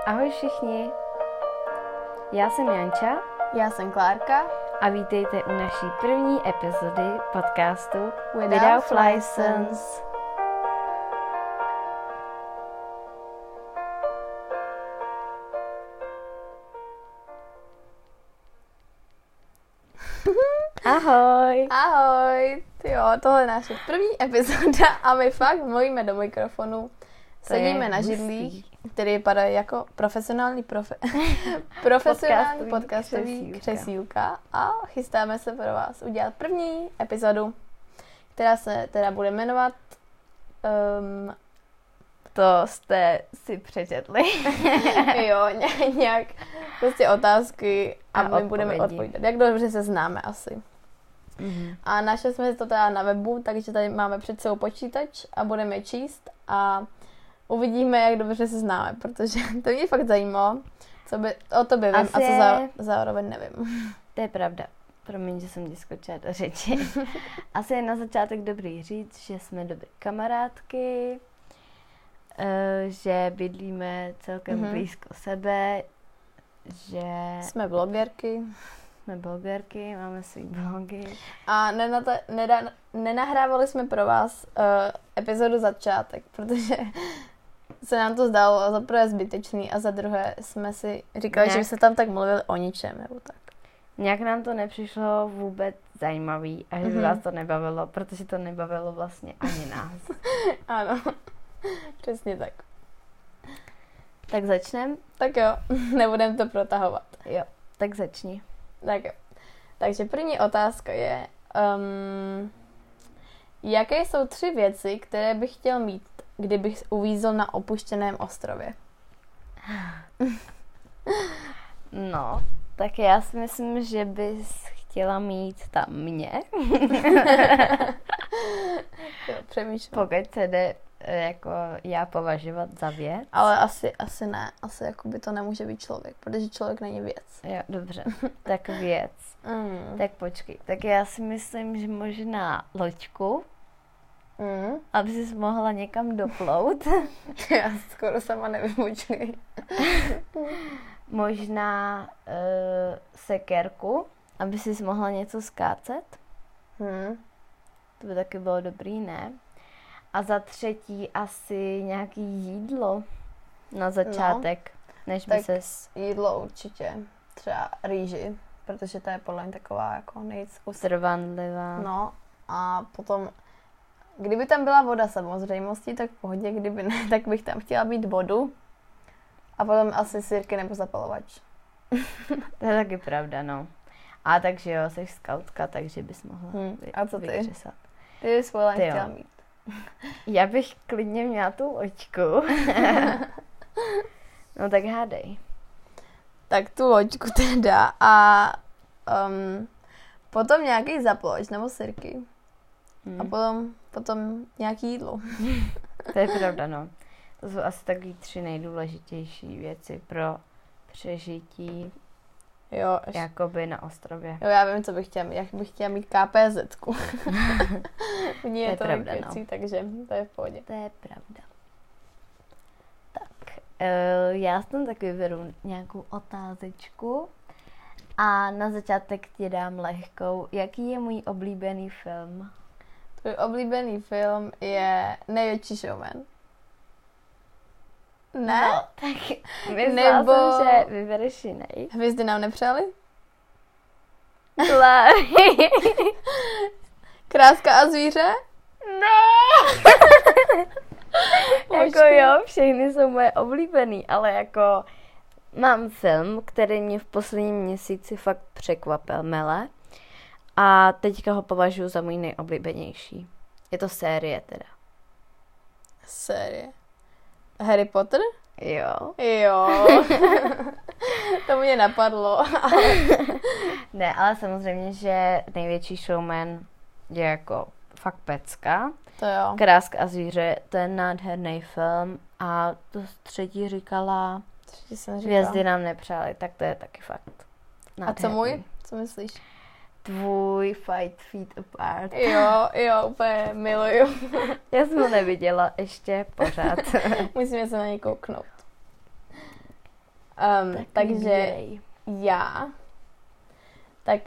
Ahoj všichni, já jsem Janča. Já jsem Klárka. A vítejte u naší první epizody podcastu Without License. Ahoj. Ahoj. Jo, tohle je naše první epizoda a my fakt mluvíme do mikrofonu. Sedíme na židlích, který vypadá jako profesionální podcastový křesílka a chystáme se pro vás udělat první epizodu, která se teda bude jmenovat To jste si přečetli. Jo, nějak prostě otázky a my odpovědi. budeme odpovídat. Jak dobře se známe asi. Mhm. A našli jsme to teda na webu, takže tady máme před sebou počítač a budeme číst a uvidíme, jak dobře se známe, protože to mě fakt zajímalo, co by o tobě vím a co zároveň nevím. To je pravda. Promiň, že jsem ti skočila do řeči. Asi je na začátek dobrý říct, že jsme dobré kamarádky, že bydlíme celkem blízko sebe, že Jsme blogerky. Máme svý blogy. A nenahrávali jsme pro vás epizodu začátek, protože se nám to zdálo za prvé zbytečný a za druhé jsme si říkali, že by se tam tak mluvili o ničem nebo tak. Nějak nám to nepřišlo vůbec zajímavý a že by vás to nebavilo, protože to nebavilo vlastně ani nás. Ano, přesně tak. Tak začnem? Tak jo, nebudem to protahovat. Jo, tak začni. Tak jo. Takže první otázka je, jaké jsou 3 věci, které bych chtěl mít, kdybych uvízl na opuštěném ostrově? No, tak já si myslím, že bys chtěla mít tam mě. Jo, přemýšlím. Pokud se jde jako já považovat za věc. Ale asi ne. Asi jako by to nemůže být člověk, protože člověk není věc. Jo, dobře. Tak věc. Tak počkej. Tak já si myslím, že možná loďku, aby jsi mohla někam doplout. Já skoro sama nevím, počkej. Možná sekerku, aby jsi mohla něco skácet. To by taky bylo dobrý, ne? A za 3 asi nějaký jídlo na začátek, než by tak ses... jídlo určitě. Třeba rýži, protože to je podle mě taková jako nejvíc trvanlivá. No a potom, kdyby tam byla voda samozřejmostí, tak v pohodě, kdyby ne, tak bych tam chtěla mít vodu a potom asi sýrky nebo zapalovač. To je taky pravda, no. A takže jo, jsi skautka, takže bys mohla A co ty? vykřesat. Ty bys chtěla mít. Já bych klidně měla tu loďku. No tak hádej. Tak tu loďku teda a potom nějaký zapalovač nebo sýrky. A potom nějaký jídlo. To je pravda, no. To jsou asi taky 3 nejdůležitější věci pro přežití. Jo, jakoby na ostrově. Jo, já vím, co bych chtěla mít. Já bych chtěla mít KPZ-ku. V ní je to pravda, věcí, takže to je v pohodě. To je pravda. Tak, já jsem tak vyberu nějakou otázečku a na začátek ti dám lehkou. Jaký je můj oblíbený film? Tvůj oblíbený film je Největší showman. Ne? No, tak myslela jsem, že vybereš jinej. Hvězdy nám nepřáli? Kráska a zvíře? Ne! Jako jo, všechny jsou moje oblíbený, ale jako mám film, který mě v posledním měsíci fakt překvapil mele a teďka ho považuji za můj nejoblíbenější. Je to série teda. Série? Harry Potter? Jo. Jo. To mě napadlo. Ne, ale samozřejmě, že Největší showman je jako fakt pecka. To jo. Kráska a zvíře, to je nádherný film a to 3 říkala Hvězdy nám nepřáli, tak to je taky fakt nádherný. A co můj? Co myslíš? Tvůj Fight Feet Apart. Jo, úplně miluju. Já jsem ho neviděla ještě pořád. Musíme se na něj kouknout. Takže já, tak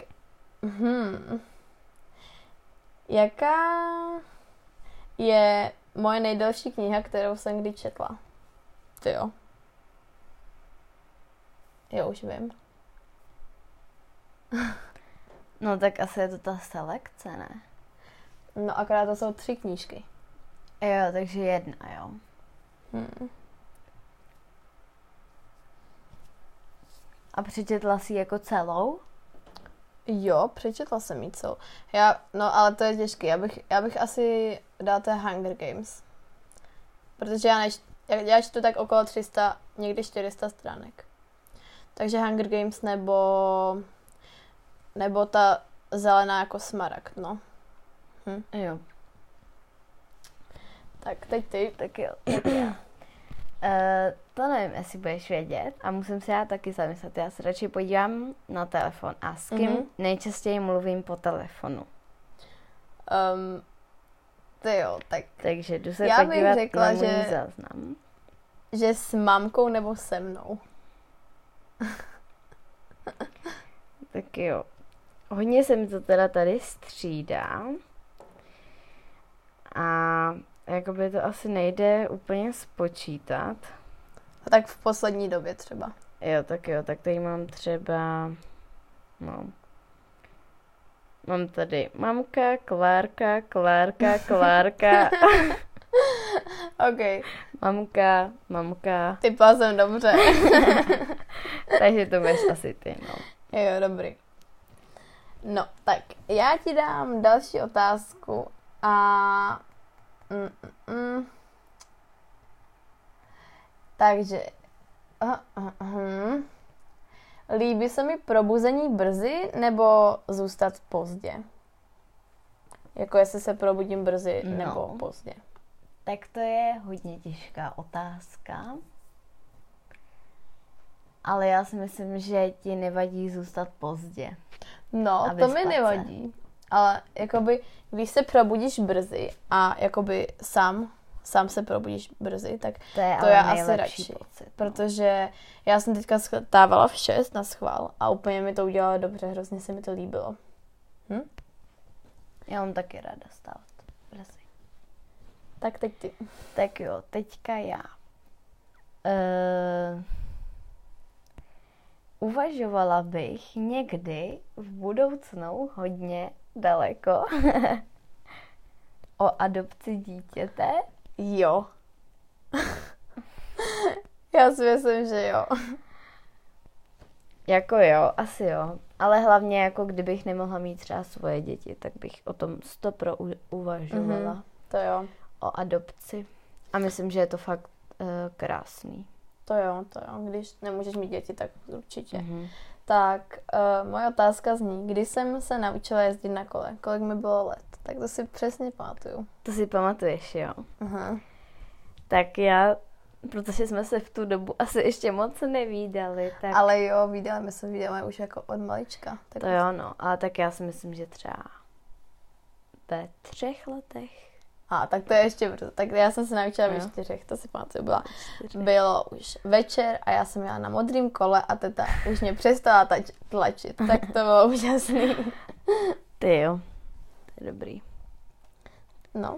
jaká je moje nejdelší kniha, kterou jsem kdy četla? Ty jo. Jo, už vím. No tak asi je to ta selekce, ne? No akorát to jsou 3 knížky. Jo, takže 1, jo. A přečetla jsi jako celou? Jo, přečetla jsem jí celou. No ale to je těžké. Já bych asi dala té Hunger Games. Protože já čtu tak okolo 300, někdy 400 stránek. Takže Hunger Games nebo ta zelená jako smaragd, no. Jo. Tak teď ty. Tak jo, tak já. To nevím, jestli budeš vědět a musím se já taky zamyslet. Já se radši podívám na telefon. A s kým nejčastěji mluvím po telefonu? Ty jo, tak. Takže jdu se podívat řekla, na můj záznam. Že s mamkou nebo se mnou. Tak jo. Hodně se mi to teda tady střídá. A jakoby to asi nejde úplně spočítat. A tak v poslední době třeba. Jo, tak tady mám třeba, no, mám tady mamka, Klárka. OK. Mamka. Typla jsem dobře. Takže to budeš asi ty, no. Jo, dobrý. No, tak já ti dám další otázku a... Takže... Líbí se mi probuzení brzy nebo zůstat pozdě? Jako jestli se probudím brzy nebo pozdě. Tak to je hodně těžká otázka. Ale já si myslím, že ti nevadí zůstat pozdě. No, to mi nevadí. Ale jakoby, když se probudíš brzy a jakoby sám se probudíš brzy, tak to já asi radši. Pocit, no. Protože já jsem teďka stávala v 6 na schvál a úplně mi to udělalo dobře, hrozně se mi to líbilo. Já mám taky ráda stávat brzy. Tak teď ty. Tak jo, teďka já. Uvažovala bych někdy v budoucnu hodně daleko o adopci dítěte. Jo. Já si myslím, že jo. Jako jo, asi jo. Ale hlavně jako kdybych nemohla mít třeba svoje děti, tak bych o tom 100% uvažovala. To jo. O adopci. A myslím, že je to fakt krásný. To jo. Když nemůžeš mít děti, tak určitě. Tak moje otázka zní, kdy jsem se naučila jezdit na kole? Kolik mi bylo let? Tak to si přesně pamatuju. To si pamatuješ, jo? Tak já, protože jsme se v tu dobu asi ještě moc nevídali. Tak... Ale jo, my se vídáme už jako od malička. Tak to jo, no. Ale tak já si myslím, že třeba ve 3 letech. Tak to je ještě brzo. Tak já jsem se naučila ve 4, to si pamatuju. Bylo už večer a já jsem jela na modrým kole a teta už mě přestala tlačit. Tak to bylo úžasný. Ty jo, to je dobrý. No.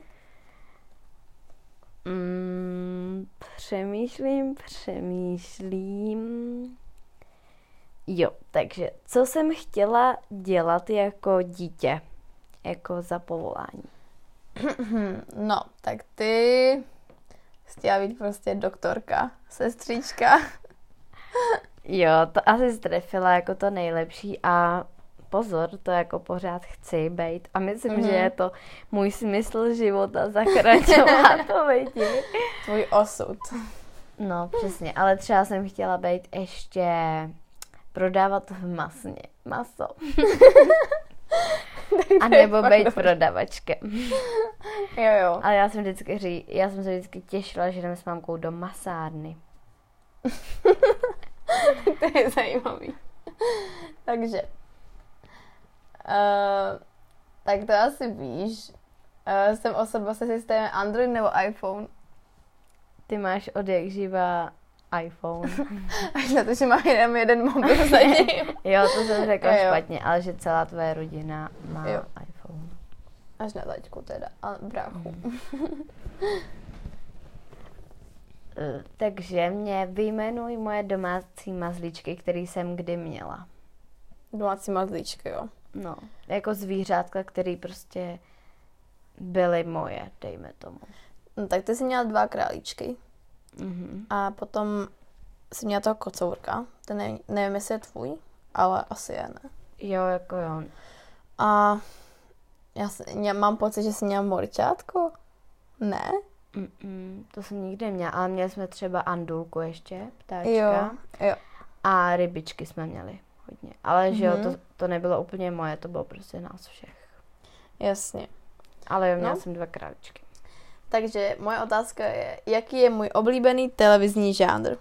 Přemýšlím. Jo, takže co jsem chtěla dělat jako dítě? Jako za povolání? No, tak ty chtěla být prostě doktorka, sestřička. Jo, to asi strefila jako to nejlepší a pozor, to jako pořád chci být a myslím, že je to můj smysl života zachraňovat lidi. Tvůj osud. No, přesně, ale třeba jsem chtěla být ještě prodávat v masně maso. A nebo být prodavačkem. Jo. Ale já jsem se vždycky těšila, že jdeme s mámkou do masárny. To je zajímavý. Takže tak to asi víš. Jsem osoba se systémem Android nebo iPhone. Ty máš od jak živa iPhone. Až na to, že mám jenom jeden mobil zatím. Jo, to jsem řekla špatně, ale že celá tvoje rodina má iPhone. Až na taťku teda a bráchu. Takže mě vyjmenuj moje domácí mazlíčky, které jsem kdy měla. Domácí mazlíčky, jo. No, jako zvířátka, které prostě byly moje, dejme tomu. No, tak ty jsi měla 2 králíčky. Mhm. A potom jsi měla toho kocourka. Ten nevím, jestli je tvůj, ale asi je, ne? Jo, jako jo. A já mám pocit, že jsi měla morčátko. Ne? To jsem nikdy neměla, ale měli jsme třeba andulku ještě, ptáčka. Jo. A rybičky jsme měli hodně. Ale že jo, to nebylo úplně moje, to bylo prostě nás všech. Jasně. Ale jo, měla jsem 2 králičky. Takže moje otázka je, jaký je můj oblíbený televizní žánr?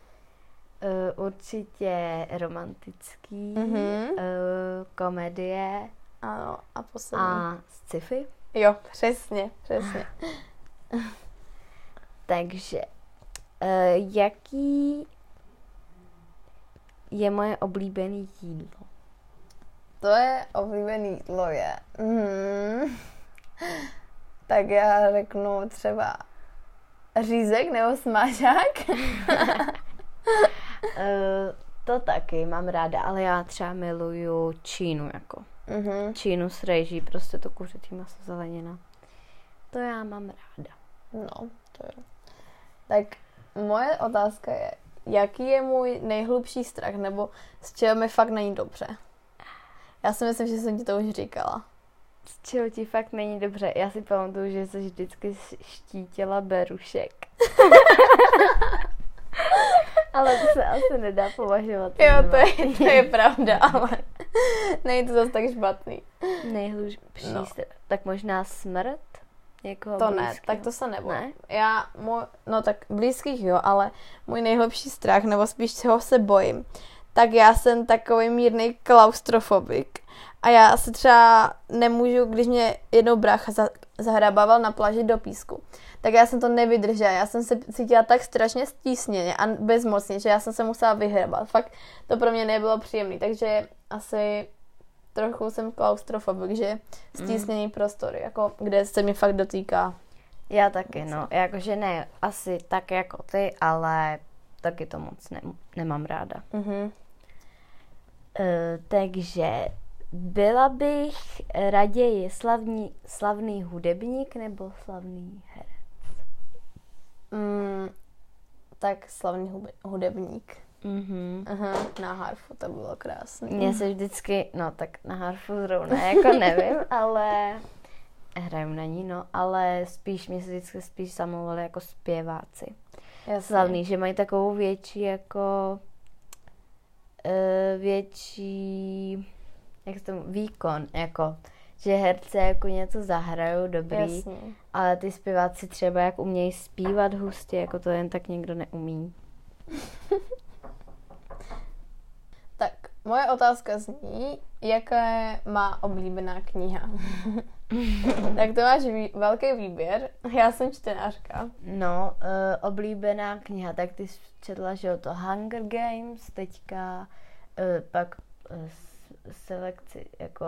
Určitě romantický, komedie. Ano, a poslední. A sci-fi. Jo, přesně. Takže, jaký je moje oblíbený jídlo? To je oblíbený jídlo je. Tak já řeknu třeba řízek nebo smažák. To taky mám ráda, ale já třeba miluju čínu jako. Čínu s rejží, prostě to kuřecí maso, zelenina. To já mám ráda. No, to je. Tak moje otázka je, jaký je můj nejhlubší strach, nebo z čeho mi fakt není dobře? Já si myslím, že jsem ti to už říkala. Z čeho ti fakt není dobře? Já si pamatuju, že jsi vždycky štítila berušek. Ale to se asi nedá považovat. Jo, to je pravda, ale není to zase tak špatný. Nejhlubší tak možná smrt? Někoho to blízkého. Ne, tak to se nebojím. Ne? No tak blízkých jo, ale můj nejhlubší strach, nebo spíš čeho se bojím, tak já jsem takový mírný klaustrofobik. A já se třeba nemůžu, když mě jednou brácha zahrabával na pláži do písku, tak já jsem to nevydržela. Já jsem se cítila tak strašně stísněně a bezmocně, že já jsem se musela vyhrabat. Fakt to pro mě nebylo příjemné, takže asi trochu jsem klaustrofobik, že stísněný prostory, jako kde se mi fakt dotýká. Já taky, no. Jakože ne asi tak jako ty, ale taky to moc nemám ráda. Takže byla bych raději slavný hudebník nebo slavný herec? Tak slavný hudebník. Na harfu, to bylo krásné. Mně se vždycky, no tak na harfu zrovna, jako nevím, ale hraju na ní, no, ale mě se vždycky spíš zamlouvali jako zpěváci. Jasně. Slavný, že mají takovou větší jak se tomu, výkon, jako, že herce jako něco zahrajou dobrý, Jasně. ale ty zpěváci třeba jak umějí zpívat hustě, jako to jen tak někdo neumí. Tak, moje otázka zní, jaká je má oblíbená kniha? Tak to máš velký výběr, já jsem čtenářka. No, oblíbená kniha, tak ty jsi četla, že jo, to Hunger Games, teďka pak selekci jako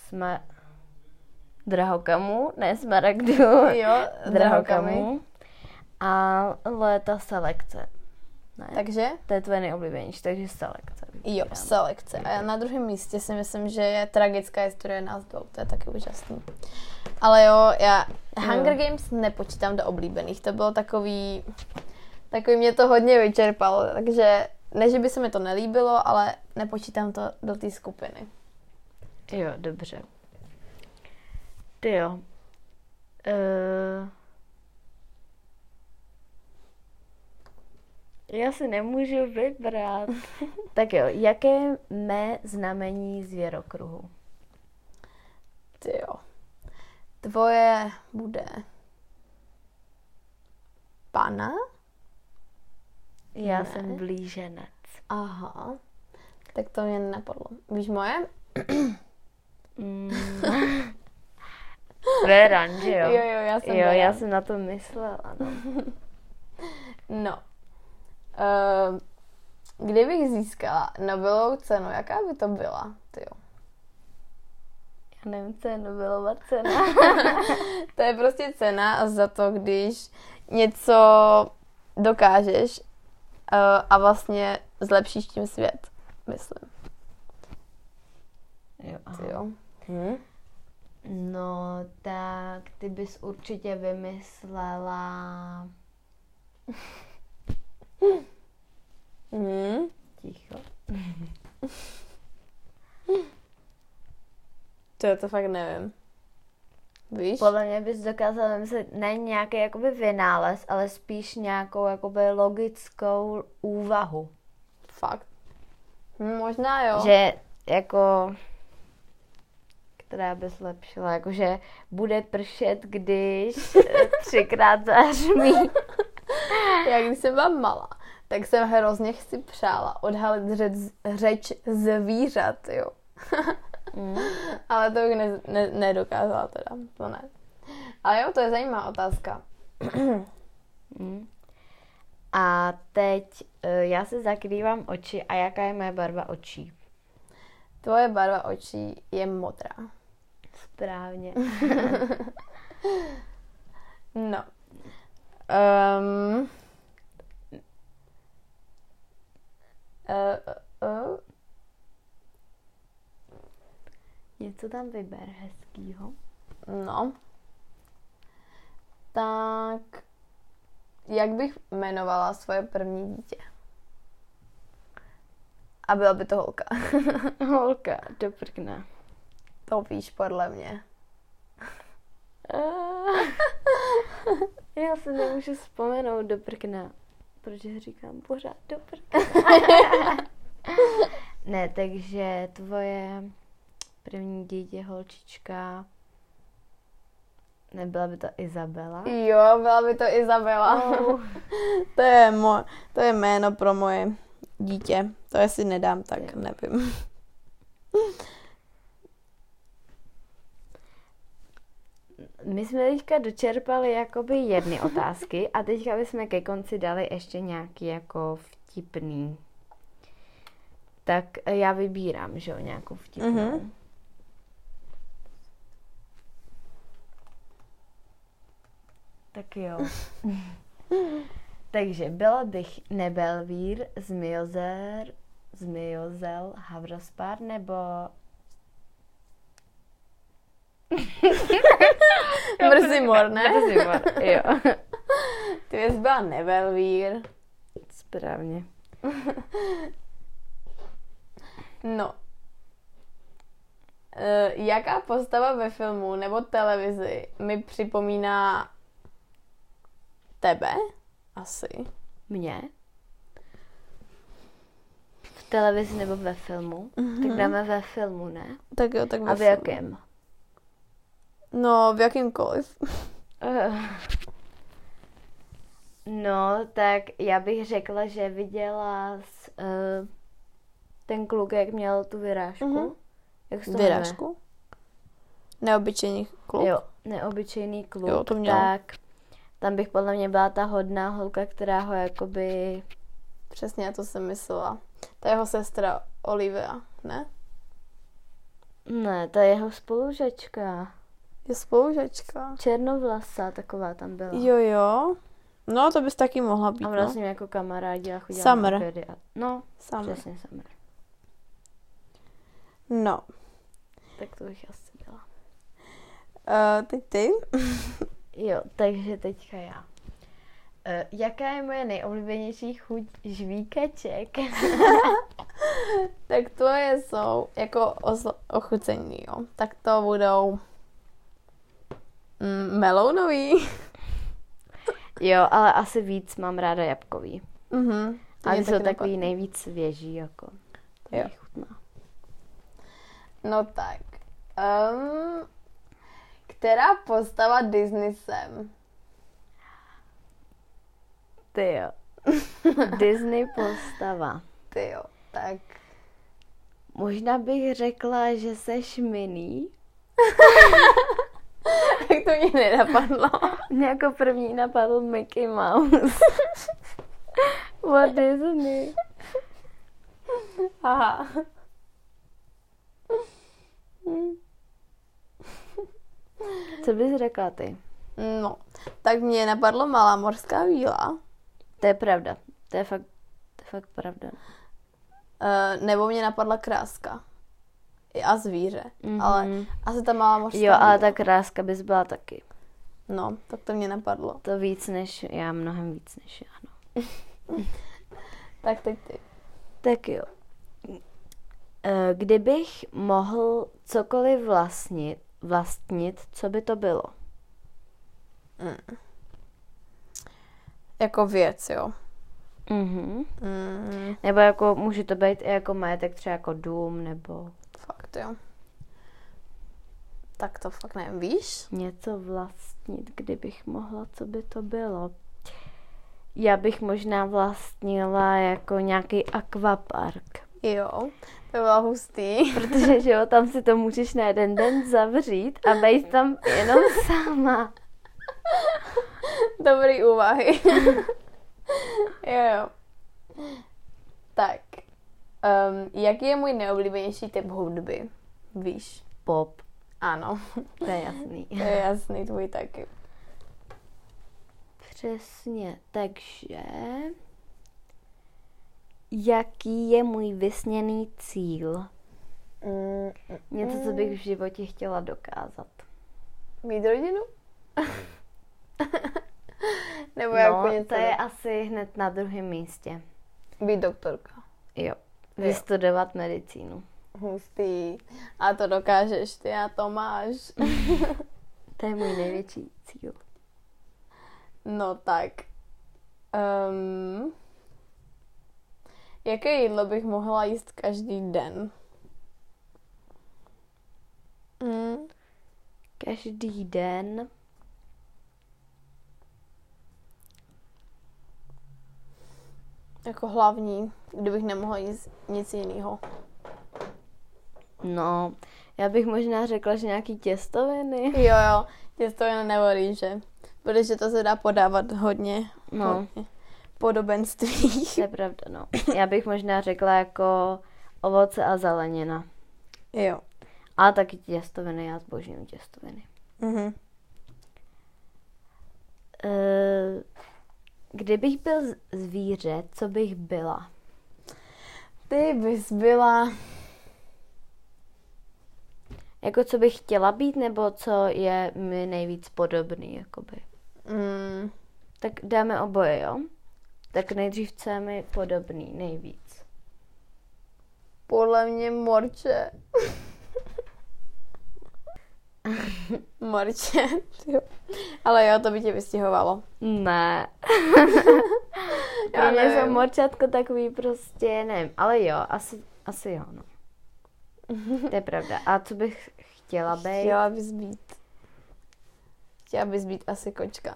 Drahokamu, ne Smaragdu, Jo, Drahokamu. Ale ta selekce. Ne? Takže? To je tvoje nejoblíbenější, takže selekce. Jo, selekce. A já na druhém místě si myslím, že je Tragická historie nás dvou. To je taky úžasný. Ale jo, já Hunger Games nepočítám do oblíbených. To bylo takový mě to hodně vyčerpalo. Takže ne, že by se mi to nelíbilo, ale nepočítám to do té skupiny. Jo, dobře. Ty jo. Já si nemůžu vybrat. Tak jo, jaké mé znamení zvěrokruhu? Ty jo. Tvoje bude pana? Já jsem blíženec. Aha. Tak to mě nenapadlo. Víš moje? Veran, že jo? Jo, já jsem já jsem na to myslela, no. No. Kdybych získala Nobelovu cenu, jaká by to byla? Tyjo. Já nevím, co je Nobelova cena. To je prostě cena za to, když něco dokážeš a vlastně zlepšíš tím svět, myslím. Jo, aha. Tyjo. No, tak ty bys určitě vymyslela... Ticho. To fakt nevím. Víš? Podle mě bys dokázala vymyslet ne nějaký jakoby vynález, ale spíš nějakou jakoby logickou úvahu. Fakt. Možná jo. Že jako... která by zlepšila, jakože bude pršet, když 3krát zařmí. Já když jsem byla malá, tak jsem hrozně si přála odhalit řeč zvířat, jo. Ale to bych nedokázala teda, to ne. Ale jo, to je zajímavá otázka. A teď já si zakrývám oči a jaká je moje barva očí? Tvoje barva očí je modrá. Správně. No. Něco tam vyber hezkýho. No. Tak, jak bych jmenovala svoje první dítě? A byla by to holka. Holka, do prkna. To víš podle mě. Já se nemůžu vzpomenout do prkna, protože říkám pořád do prkna. Ne, takže tvoje první dítě, holčička, nebyla by to Izabela? Jo, byla by to Izabela. Oh. To je jméno pro moje dítě. To jestli nedám, tak jo. Nevím. My jsme teďka dočerpali jakoby jedny otázky a teďka bychom ke konci dali ještě nějaký jako vtipný. Tak já vybírám, že jo, nějakou vtipnou. Mm-hmm. Tak jo. Takže byla bych Nebelvír, Zmiozel, Havrospár, nebo... Mrzimor, ne? Mrzimor, jo. Ty jsi byla Nebelvír. Správně. No. Jaká postava ve filmu nebo televizi mi připomíná tebe? Asi. Mě? V televizi nebo ve filmu? Mm-hmm. Tak dáme ve filmu, ne? Tak jo, tak ve filmu. A v jakém? No, v jakýmkoliv. No, tak já bych řekla, že viděla ten kluk, jak měl tu vyrážku. Mm-hmm. Jak to vyrážku? Jmenuje? Neobyčejný kluk. Jo, neobyčejný kluk. Jo, to měl. Tak tam bych podle mě byla ta hodná holka, která ho jakoby... Přesně, to jsem myslela. Ta jeho sestra Olivia, ne? Ne, ta jeho spolužačka. Je spolužačka? Černovlasá taková tam byla. Jo. No, to bys taky mohla být, a vlastně jako kamarádi a chodila Summer. na obědy. No, Summer. Přesně Summer. No. Tak to bych asi byla. Teď ty? Jo, takže teďka já. Jaká je moje nejoblíbenější chuť žvíkaček? Tak tvoje jsou jako ochucení, jo. Tak to budou melounový. Jo, ale asi víc mám ráda jabkový. Mhm. A ty jsou takový nejvíc svěží, jako. To jo. Chutná. No tak. Která postava Disney jsem? Ty jo. Disney postava. Ty jo, tak. Možná bych řekla, že seš Minnie. Tak to mě nenapadlo. Mě jako první napadl Mickey Mouse. Walt Disney. Aha. Co bys řekla ty? No, tak mě napadlo Malá mořská víla. To je pravda. To je fakt pravda. Nebo mě napadla Kráska. A zvíře. Ale asi ta Malá mořská Jo, ale víla. ta Kráska bys byla taky. No, tak to mě napadlo. To víc než já, mnohem víc než já, no. Tak teď ty. Tak jo. Kdybych mohl cokoliv vlastnit, co by to bylo? Jako věc, jo. Mhm. Nebo jako, může to být i jako majetek, třeba jako dům, nebo Fakt, jo. Tak to fakt nevím, víš? něco vlastnit, kdybych mohla, co by to bylo? Já bych možná vlastnila jako nějaký akvapark. Jo, to bylo hustý. Protože, že jo, tam si to můžeš na jeden den zavřít a být tam jenom sama. Dobrý úvahy. Jo. Tak. Jaký je můj nejoblíbenější typ hudby? Víš? Pop. Ano. To je jasný. To je jasný, tvůj taky. Přesně. Takže jaký je můj vysněný cíl? Něco, co bych v životě chtěla dokázat. Mít rodinu? Nebo jako něco? To je asi hned na druhém místě. Být doktorka. Jo. Vystudovat medicínu. Hustý. A to dokážeš ty a to máš. To je můj největší cíl. No tak. Jaké jídlo bych mohla jíst každý den? Každý den. Jako hlavní, kdybych nemohla jíst nic jiného. No, já bych možná řekla, že nějaký těstoviny. Jo, těstoviny nebo rýže. Protože to se dá podávat hodně. No. Hodně podobenství. To je pravda, no. Já bych možná řekla jako ovoce a zelenina. Jo. A taky těstoviny, já zbožňuji těstoviny. Kdybych byl zvíře, co bych byla? Ty bys byla... Jako co bych chtěla být, nebo co je mi nejvíc podobný, jakoby? Tak dáme oboje, jo? Tak nejdřív, co je mi podobný nejvíc? Podle mě morče. Morče, jo. Ale jo, to by tě vystěhovalo. Ne. Já Pro mě nevím. jsou morčátko takový prostě, nevím, ale jo, asi jo, no. To je pravda. A co bych chtěla být? Chtěla bys být asi kočka.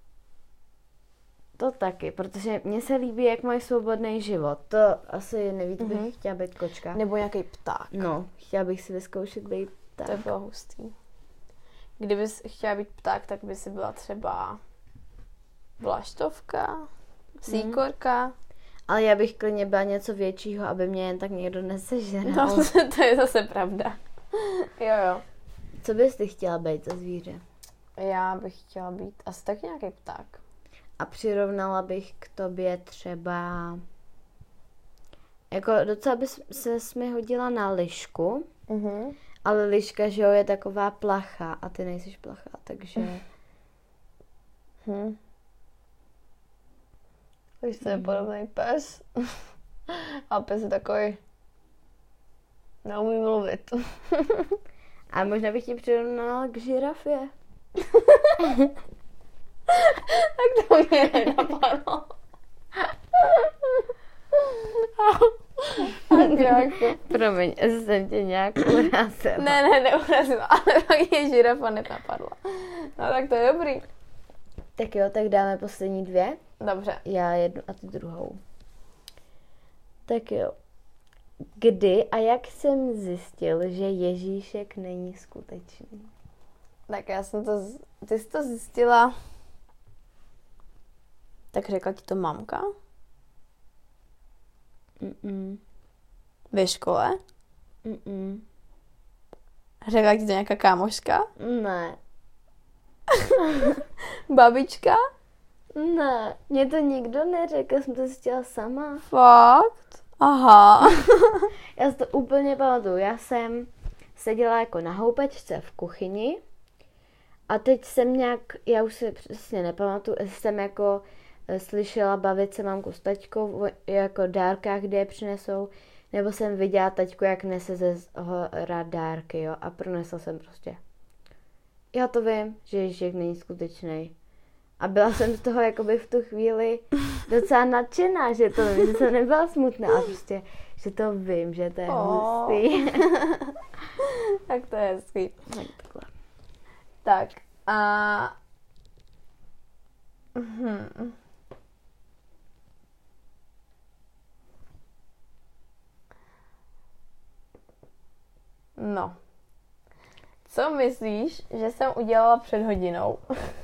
To taky, protože mně se líbí, jak mají svobodný život. To asi nejvíc bych chtěla být kočka. Nebo nějaký pták. No, chtěla bych si vyzkoušet být pták. To je bylo hustý. Kdybys chtěla být pták, tak by si byla třeba vlaštovka, síkorka. Ale já bych klidně byla něco většího, aby mě jen tak někdo nesežral. No, to je zase pravda. Jo. Co bys ty chtěla být za zvíře? Já bych chtěla být asi taky nějaký pták. A přirovnala bych k tobě třeba... Jako docela by se mi hodila na lišku, ale liška, že jo, je taková placha a ty nejsiš placha, takže... Takže to je podobný pes. A pes je takový... Neumí mluvit. A možná bych ti přirovnala k žirafě. Tak to mě nenapadlo. Promiň, jsem tě nějak urazila. Ne, neurazila, ale pak je žirafa nenapadla. No tak to je dobrý. Tak jo, tak dáme poslední dvě. Dobře. Já jednu a ty druhou. Tak jo. Kdy a jak jsem zjistil, že Ježíšek není skutečný? Tak já jsem to... Ty jsi to zjistila... Tak řekla ti to mamka? Ve škole? Mm-mm. Řekla ti to nějaká kámoška? Ne. Babička? Ne, mě to nikdo neřekl, jsem to zjistila sama. Fakt? Aha. Já si to úplně pamatuju. Já jsem seděla jako na houpačce v kuchyni a teď jsem nějak, já už si přesně nepamatuju, jestli jsem jako slyšela bavit se mamku s taťkou jako dárkách, kde je přinesou, nebo jsem viděla taťku, jak nese ze hora dárky, jo, a pronesla jsem prostě. Já to vím, že Ježíšek není skutečný. A byla jsem z toho jakoby v tu chvíli docela nadšená, že to vím, že jsem nebyla smutná, ale prostě, že to vím, že to je hustý. Tak to je hezký. Tak takhle. Tak a... No. Co myslíš, že jsem udělala před hodinou?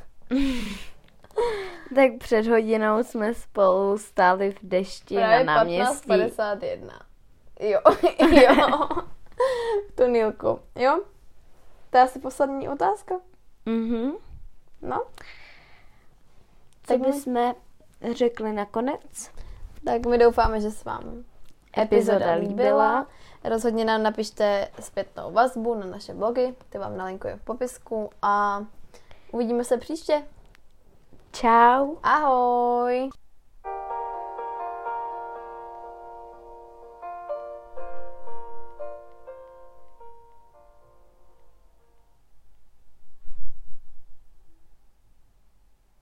Tak před hodinou jsme spolu stáli v dešti Právě na náměstí. 15:51. Jo, jo. V tunýlku, jo? To je asi poslední otázka. Mhm. No. Co bychom řekli nakonec? Tak my doufáme, že se vám epizoda líbila. Rozhodně nám napište zpětnou vazbu na naše blogy, ty vám nalinkuje v popisku a uvidíme se příště. Čau. Ahoj!